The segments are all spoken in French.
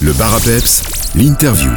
Le Bar à Peps, l'interview.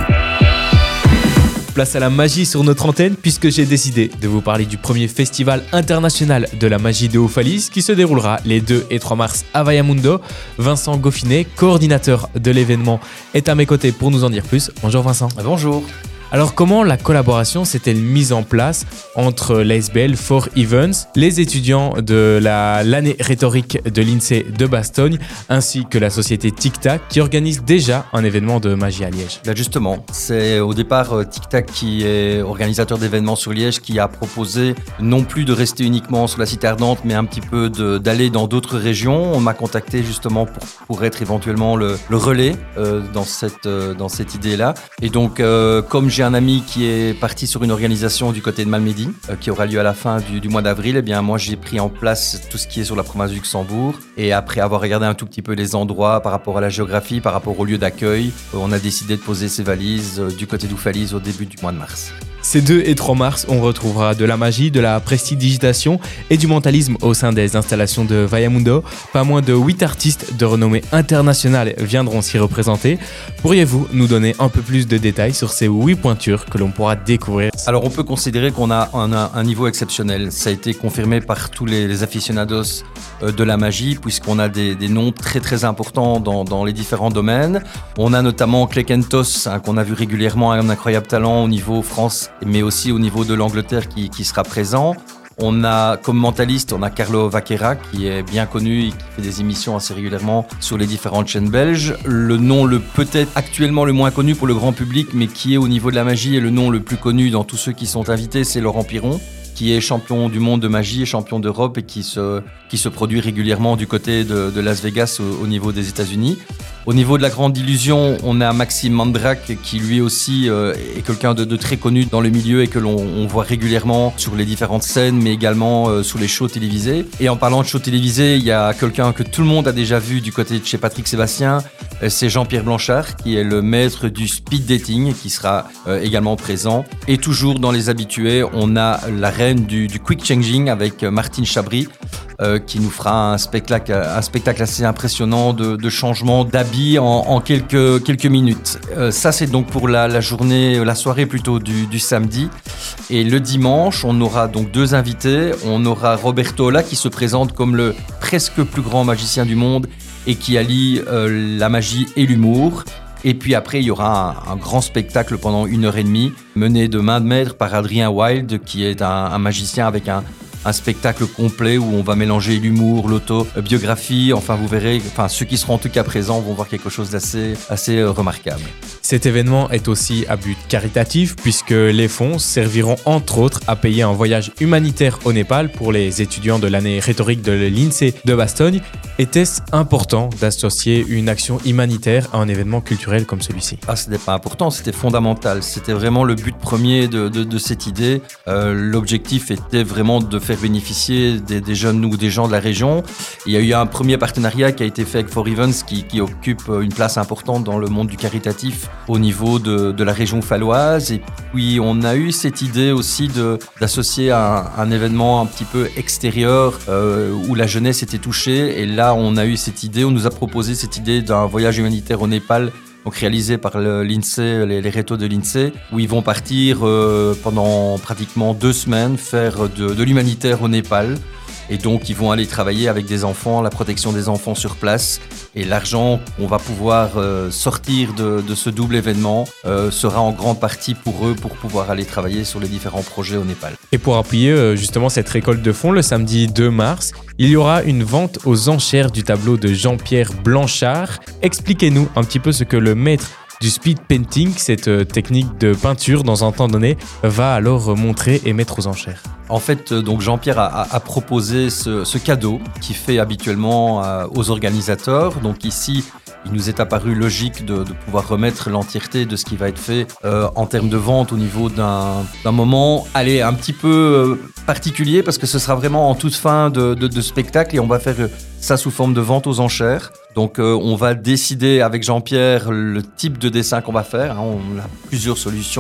Place à la magie sur notre antenne puisque j'ai décidé de vous parler du premier festival international de la magie de Ofalis qui se déroulera les 2 et 3 mars à Vallamundo. Vincent Goffinet, coordinateur de l'événement, est à mes côtés pour nous en dire plus. Bonjour Vincent. Bonjour. Alors comment la collaboration s'est-elle mise en place entre l'ASBL For Events, les étudiants de l'année rhétorique de l'INSEE de Bastogne, ainsi que la société Tic Tac qui organise déjà un événement de magie à Liège? Là justement, c'est au départ Tic Tac qui est organisateur d'événements sur Liège qui a proposé non plus de rester uniquement sur la cité ardente mais un petit peu d'aller dans d'autres régions. On m'a contacté justement pour être éventuellement le relais dans cette idée-là. Et donc comme j'ai un ami qui est parti sur une organisation du côté de Malmedy qui aura lieu à la fin du mois d'avril, et bien moi j'ai pris en place tout ce qui est sur la province du Luxembourg, et après avoir regardé un tout petit peu les endroits par rapport à la géographie, par rapport au lieu d'accueil, on a décidé de poser ses valises du côté d'Ofalis au début du mois de mars. Ces 2 et 3 mars, on retrouvera de la magie, de la prestidigitation et du mentalisme au sein des installations de Vallamundo. Pas moins de 8 artistes de renommée internationale viendront s'y représenter. Pourriez-vous nous donner un peu plus de détails sur ces 8 pointures que l'on pourra découvrir? Alors on peut considérer qu'on a un niveau exceptionnel. Ça a été confirmé par tous les aficionados de la magie, puisqu'on a des noms très très importants dans les différents domaines. On a notamment Klekentos, qu'on a vu régulièrement, un incroyable talent au niveau France, mais aussi au niveau de l'Angleterre qui sera présent. On a comme mentaliste, on a Carlo Vaquera qui est bien connu et qui fait des émissions assez régulièrement sur les différentes chaînes belges. Le nom peut-être actuellement le moins connu pour le grand public, mais qui est au niveau de la magie et le nom le plus connu dans tous ceux qui sont invités, c'est Laurent Piron, qui est champion du monde de magie et champion d'Europe et qui se produit régulièrement du côté de Las Vegas au niveau des États-Unis. Au niveau de la grande illusion, on a Maxime Mandrak qui lui aussi est quelqu'un de très connu dans le milieu et que l'on voit régulièrement sur les différentes scènes, mais également sur les shows télévisés. Et en parlant de shows télévisés, il y a quelqu'un que tout le monde a déjà vu du côté de chez Patrick Sébastien, c'est Jean-Pierre Blanchard qui est le maître du speed dating qui sera également présent. Et toujours dans les habitués, on a la reine du quick changing avec Martine Chabry, qui nous fera un spectacle assez impressionnant de changement d'habits en quelques minutes. Ça c'est donc pour la soirée plutôt du samedi. Et le dimanche, on aura donc 2 invités. On aura Roberto Ola qui se présente comme le presque plus grand magicien du monde et qui allie la magie et l'humour. Et puis après, il y aura un grand spectacle pendant 1h30 mené de main de maître par Adrien Wild qui est un magicien avec un spectacle complet où on va mélanger l'humour, l'autobiographie. Enfin, vous verrez, ceux qui seront en tout cas présents vont voir quelque chose d'assez remarquable. Cet événement est aussi à but caritatif puisque les fonds serviront entre autres à payer un voyage humanitaire au Népal pour les étudiants de l'année rhétorique de l'INSEE de Bastogne. Était-ce important d'associer une action humanitaire à un événement culturel comme celui-ci? Ce n'était pas important, c'était fondamental. C'était vraiment le but premier de cette idée. L'objectif était vraiment de faire bénéficier des jeunes ou des gens de la région. Il y a eu un premier partenariat qui a été fait avec For Events qui occupe une place importante dans le monde du caritatif au niveau de la région falloise. Et puis on a eu cette idée aussi d'associer un événement un petit peu extérieur où la jeunesse était touchée. Et là on a eu cette idée, on nous a proposé cette idée d'un voyage humanitaire au Népal, donc réalisé par l'INSEE, les rétos de l'INSEE, où ils vont partir pendant pratiquement 2 semaines faire de l'humanitaire au Népal. Et donc, ils vont aller travailler avec des enfants, la protection des enfants sur place. Et l'argent qu'on va pouvoir sortir de ce double événement sera en grande partie pour eux, pour pouvoir aller travailler sur les différents projets au Népal. Et pour appuyer justement cette récolte de fonds, le samedi 2 mars, il y aura une vente aux enchères du tableau de Jean-Pierre Blanchard. Expliquez-nous un petit peu ce que le maître du speed painting, cette technique de peinture dans un temps donné, va alors montrer et mettre aux enchères. En fait, donc Jean-Pierre a proposé ce cadeau qu'il fait habituellement aux organisateurs. Donc ici, il nous est apparu logique de pouvoir remettre l'entièreté de ce qui va être fait en termes de vente au niveau d'un moment un petit peu particulier, parce que ce sera vraiment en toute fin de spectacle et on va faire ça sous forme de vente aux enchères. Donc on va décider avec Jean-Pierre le type de dessin qu'on va faire. On a plusieurs solutions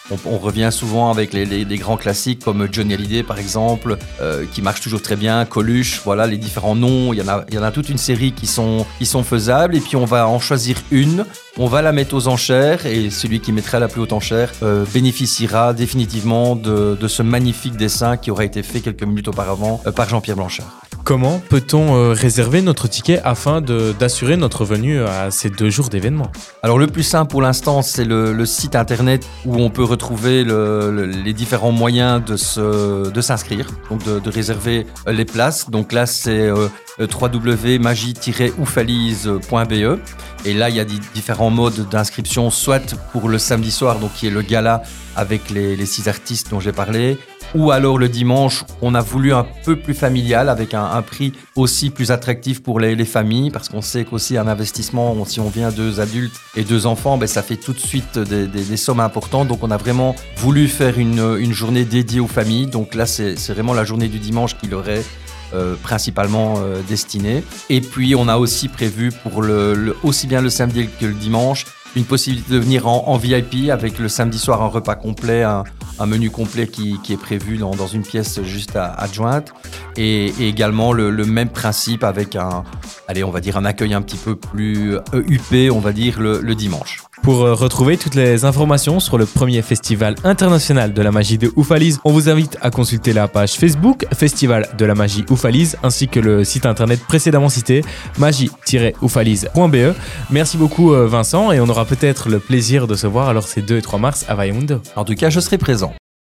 On revient souvent avec les grands classiques comme Johnny Hallyday par exemple, qui marche toujours très bien, Coluche, voilà les différents noms. Il y en a toute une série qui sont faisables et puis on va en choisir une, on va la mettre aux enchères et celui qui mettra la plus haute enchère bénéficiera définitivement de ce magnifique dessin qui aura été fait quelques minutes auparavant par Jean-Pierre Blanchard. Comment peut-on réserver notre ticket afin d'assurer notre venue à ces 2 jours d'événement ? Alors le plus simple pour l'instant, c'est le site internet où on peut retrouver les différents moyens de s'inscrire, donc de réserver les places. Donc là, c'est www.magie-oufalise.be et là, il y a différents modes d'inscription, soit pour le samedi soir, donc qui est le gala avec les 6 artistes dont j'ai parlé, ou alors le dimanche, on a voulu un peu plus familial avec un prix aussi plus attractif pour les familles parce qu'on sait qu'aussi un investissement, si on vient 2 adultes et 2 enfants, ça fait tout de suite des sommes importantes. Donc on a vraiment voulu faire une journée dédiée aux familles. Donc là, c'est vraiment la journée du dimanche qui leur est principalement destinée. Et puis on a aussi prévu pour aussi bien le samedi que le dimanche une possibilité de venir en VIP avec le samedi soir un repas complet, un menu complet qui est prévu dans une pièce juste adjointe et également le même principe avec un accueil un petit peu plus huppé, on va dire, le dimanche. Pour retrouver toutes les informations sur le premier festival international de la magie de Oufalise, on vous invite à consulter la page Facebook Festival de la magie Oufalise ainsi que le site internet précédemment cité magie-oufalise.be. Merci beaucoup Vincent et on aura peut-être le plaisir de se voir alors ces 2 et 3 mars à Valle Mundo. En tout cas, je serai présent.